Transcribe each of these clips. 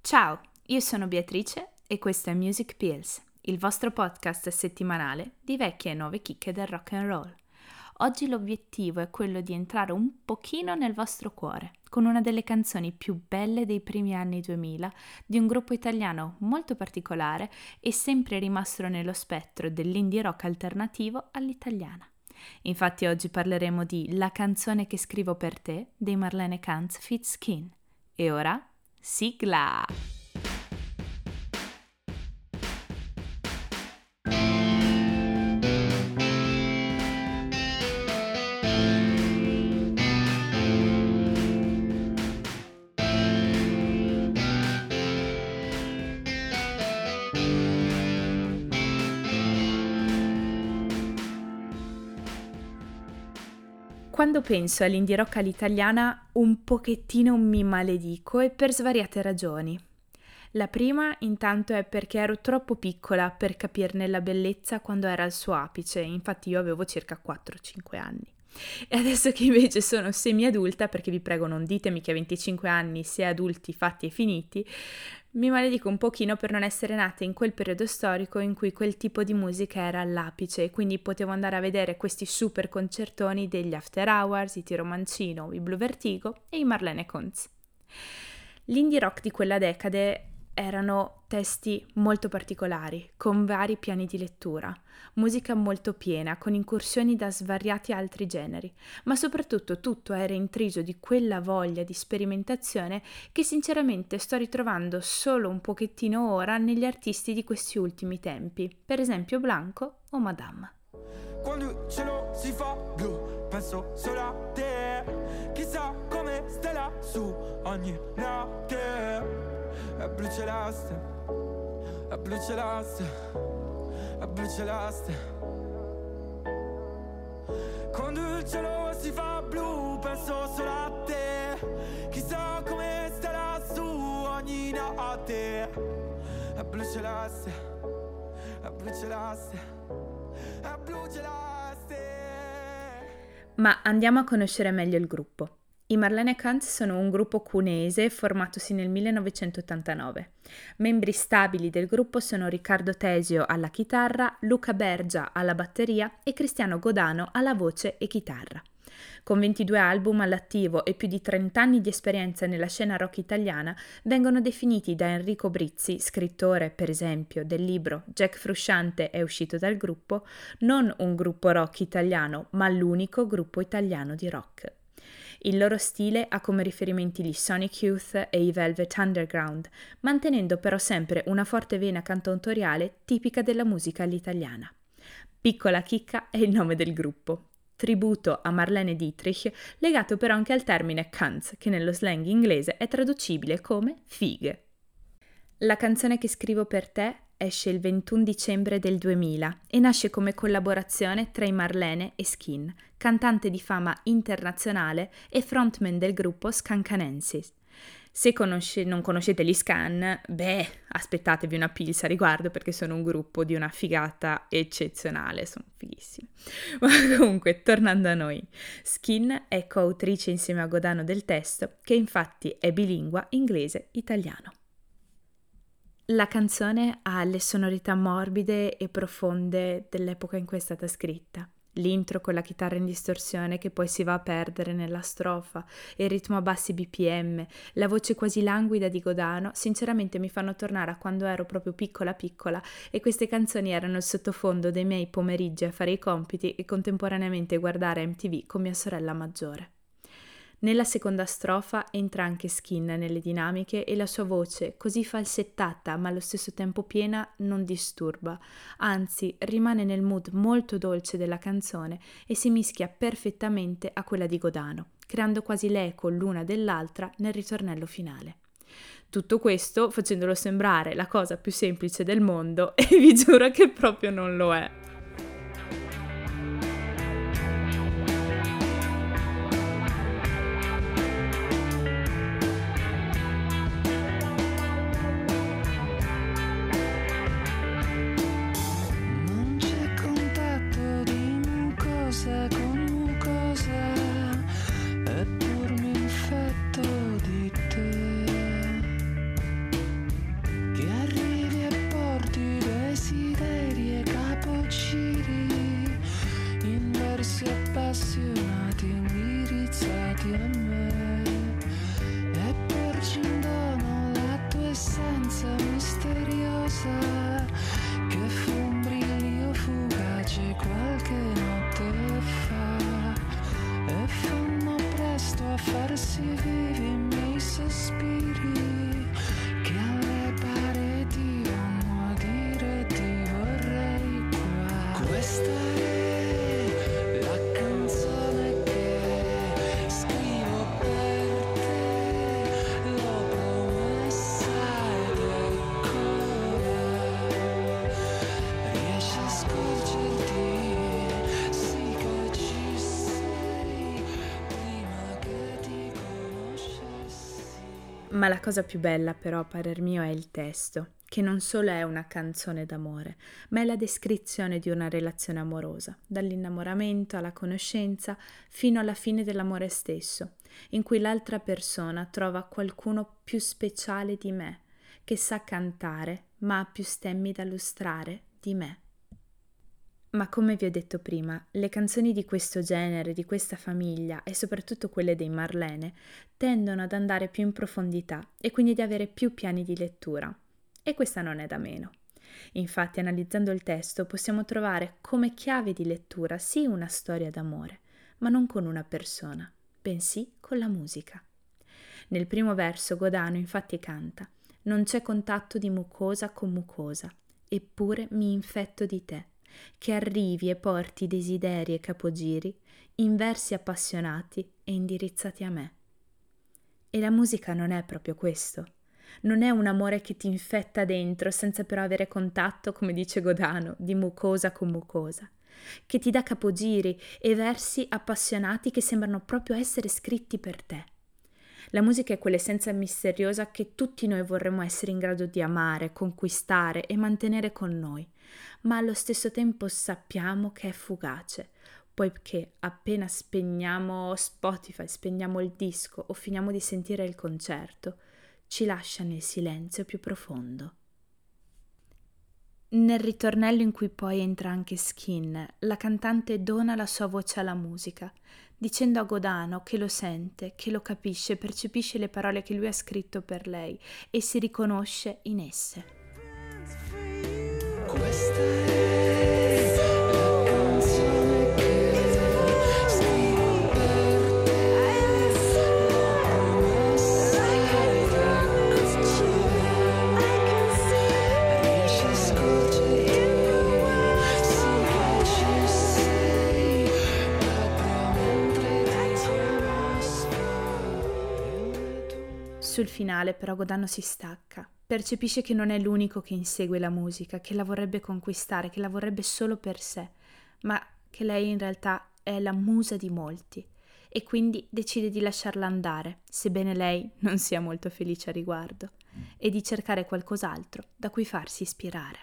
Ciao, io sono Beatrice e questo è Music Pills, il vostro podcast settimanale di vecchie e nuove chicche del rock and roll. Oggi l'obiettivo è quello di entrare un pochino nel vostro cuore, con una delle canzoni più belle dei primi anni 2000 di un gruppo italiano molto particolare e sempre rimasto nello spettro dell'indie rock alternativo all'italiana. Infatti oggi parleremo di La canzone che scrivo per te dei Marlene Kantz feat. Skin. E ora, sigla! Quando penso all'indie rock all'italiana un pochettino mi maledico e per svariate ragioni. La prima intanto è perché ero troppo piccola per capirne la bellezza quando era al suo apice, infatti io avevo circa 4-5 anni. E adesso che invece sono semi-adulta, perché vi prego non ditemi che a 25 anni si è adulti fatti e finiti, mi maledico un pochino per non essere nata in quel periodo storico in cui quel tipo di musica era all'apice e quindi potevo andare a vedere questi super concertoni degli After Hours, i Tiro Mancino, i Blue Vertigo e i Marlene Kantz. L'indie rock di quella decade erano testi molto particolari, con vari piani di lettura, musica molto piena, con incursioni da svariati altri generi, ma soprattutto tutto era intriso di quella voglia di sperimentazione che sinceramente sto ritrovando solo un pochettino ora negli artisti di questi ultimi tempi, per esempio Blanco o Madame. Quando il cielo si fa blu, penso solo a te, chissà come stai lassù ogni notte. È blu celeste, è blu celeste, è blu celeste. Quando il cielo si fa blu penso solo a te, chissà come stai lassù ogni notte. È blu celeste, è blu celeste, è blu celeste. Ma andiamo a conoscere meglio il gruppo. I Marlene Kantz sono un gruppo cuneese formatosi nel 1989. Membri stabili del gruppo sono Riccardo Tesio alla chitarra, Luca Bergia alla batteria e Cristiano Godano alla voce e chitarra. Con 22 album all'attivo e più di 30 anni di esperienza nella scena rock italiana, vengono definiti da Enrico Brizzi, scrittore per esempio del libro Jack Frusciante è uscito dal gruppo, non un gruppo rock italiano, ma l'unico gruppo italiano di rock. Il loro stile ha come riferimenti gli Sonic Youth e i Velvet Underground, mantenendo però sempre una forte vena cantautoriale tipica della musica all'italiana. Piccola chicca è il nome del gruppo, tributo a Marlene Dietrich, legato però anche al termine Kantz, che nello slang inglese è traducibile come fighe. La canzone che scrivo per te esce il 21 dicembre del 2000 e nasce come collaborazione tra i Marlene e Skin, cantante di fama internazionale e frontman del gruppo Scancanensis. Se non conoscete gli Scan, aspettatevi una pilsa a riguardo perché sono un gruppo di una figata eccezionale, sono fighissimi. Ma comunque, tornando a noi, Skin è coautrice insieme a Godano del testo, che infatti è bilingua inglese-italiano. La canzone ha le sonorità morbide e profonde dell'epoca in cui è stata scritta. L'intro con la chitarra in distorsione che poi si va a perdere nella strofa, il ritmo a bassi BPM, la voce quasi languida di Godano, sinceramente mi fanno tornare a quando ero proprio piccola e queste canzoni erano il sottofondo dei miei pomeriggi a fare i compiti e contemporaneamente guardare MTV con mia sorella maggiore. Nella seconda strofa entra anche Skin nelle dinamiche e la sua voce, così falsettata ma allo stesso tempo piena, non disturba, anzi rimane nel mood molto dolce della canzone e si mischia perfettamente a quella di Godano, creando quasi l'eco l'una dell'altra nel ritornello finale. Tutto questo facendolo sembrare la cosa più semplice del mondo e vi giuro che proprio non lo è. si vive i miei sospiri, che alle pareti vanno a dire ti vorrei qua. Questa è la canzone che scrivo per te, l'ho promessa ed eccola. Riesci a scorgerti, sì che ci sei, prima che ti conoscessi. Ma la cosa più bella però, a parer mio, è il testo, che non solo è una canzone d'amore, ma è la descrizione di una relazione amorosa, dall'innamoramento alla conoscenza fino alla fine dell'amore stesso, in cui l'altra persona trova qualcuno più speciale di me, che sa cantare, ma ha più stemmi da lustrare di me. Ma come vi ho detto prima, le canzoni di questo genere, di questa famiglia e soprattutto quelle dei Marlene tendono ad andare più in profondità e quindi ad avere più piani di lettura. E questa non è da meno. Infatti, analizzando il testo, possiamo trovare come chiave di lettura sì una storia d'amore, ma non con una persona, bensì con la musica. Nel primo verso Godano infatti canta: «Non c'è contatto di mucosa con mucosa, eppure mi infetto di te, che arrivi e porti desideri e capogiri in versi appassionati e indirizzati a me». E la musica non è proprio questo. Non è un amore che ti infetta dentro senza però avere contatto, come dice Godano, di mucosa con mucosa, che ti dà capogiri e versi appassionati che sembrano proprio essere scritti per te. La musica è quell'essenza misteriosa che tutti noi vorremmo essere in grado di amare, conquistare e mantenere con noi, ma allo stesso tempo sappiamo che è fugace, poiché appena spegniamo Spotify, spegniamo il disco o finiamo di sentire il concerto, ci lascia nel silenzio più profondo. Nel ritornello in cui poi entra anche Skin, la cantante dona la sua voce alla musica, dicendo a Godano che lo sente, che lo capisce, percepisce le parole che lui ha scritto per lei e si riconosce in esse. Questa è la canzone che scrivo per te, l'ho promessa ed eccola. Riesci a scorgerti, sì che ci sei, proprio mentre ti mostro. Sul finale però Godano si stacca, percepisce che non è l'unico che insegue la musica, che la vorrebbe conquistare, che la vorrebbe solo per sé, ma che lei in realtà è la musa di molti e quindi decide di lasciarla andare, sebbene lei non sia molto felice a riguardo, e di cercare qualcos'altro da cui farsi ispirare.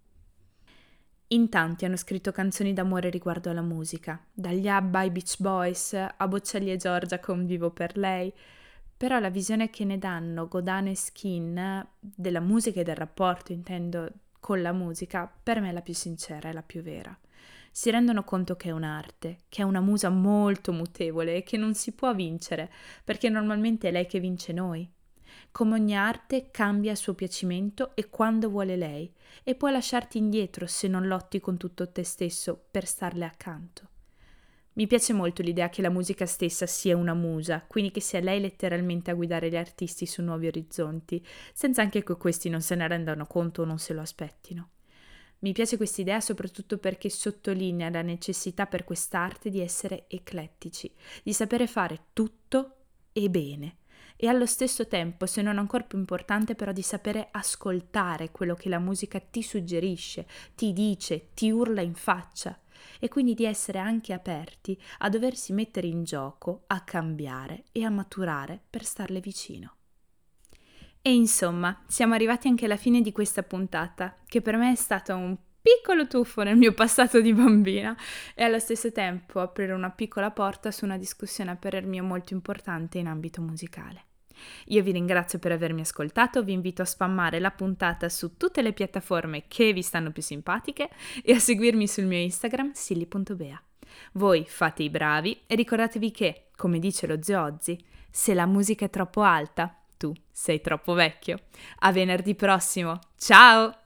In tanti hanno scritto canzoni d'amore riguardo alla musica, dagli ABBA ai Beach Boys a Bocelli e Giorgia con Vivo per lei, però la visione che ne danno Godano e Skin della musica e del rapporto, intendo, con la musica, per me è la più sincera, è la più vera. Si rendono conto che è un'arte, che è una musa molto mutevole e che non si può vincere, perché normalmente è lei che vince noi. Come ogni arte cambia a suo piacimento e quando vuole lei, e può lasciarti indietro se non lotti con tutto te stesso per starle accanto. Mi piace molto l'idea che la musica stessa sia una musa, quindi che sia lei letteralmente a guidare gli artisti su nuovi orizzonti, senza anche che questi non se ne rendano conto o non se lo aspettino. Mi piace questa idea soprattutto perché sottolinea la necessità per quest'arte di essere eclettici, di sapere fare tutto e bene, e allo stesso tempo, se non ancora più importante, però di sapere ascoltare quello che la musica ti suggerisce, ti dice, ti urla in faccia, e quindi di essere anche aperti a doversi mettere in gioco, a cambiare e a maturare per starle vicino. E insomma, siamo arrivati anche alla fine di questa puntata, che per me è stato un piccolo tuffo nel mio passato di bambina e allo stesso tempo aprire una piccola porta su una discussione a parer mio molto importante in ambito musicale. Io vi ringrazio per avermi ascoltato, vi invito a spammare la puntata su tutte le piattaforme che vi stanno più simpatiche e a seguirmi sul mio Instagram silly.bea. Voi fate i bravi e ricordatevi che, come dice lo zio Ozzy, se la musica è troppo alta, tu sei troppo vecchio. A venerdì prossimo, ciao!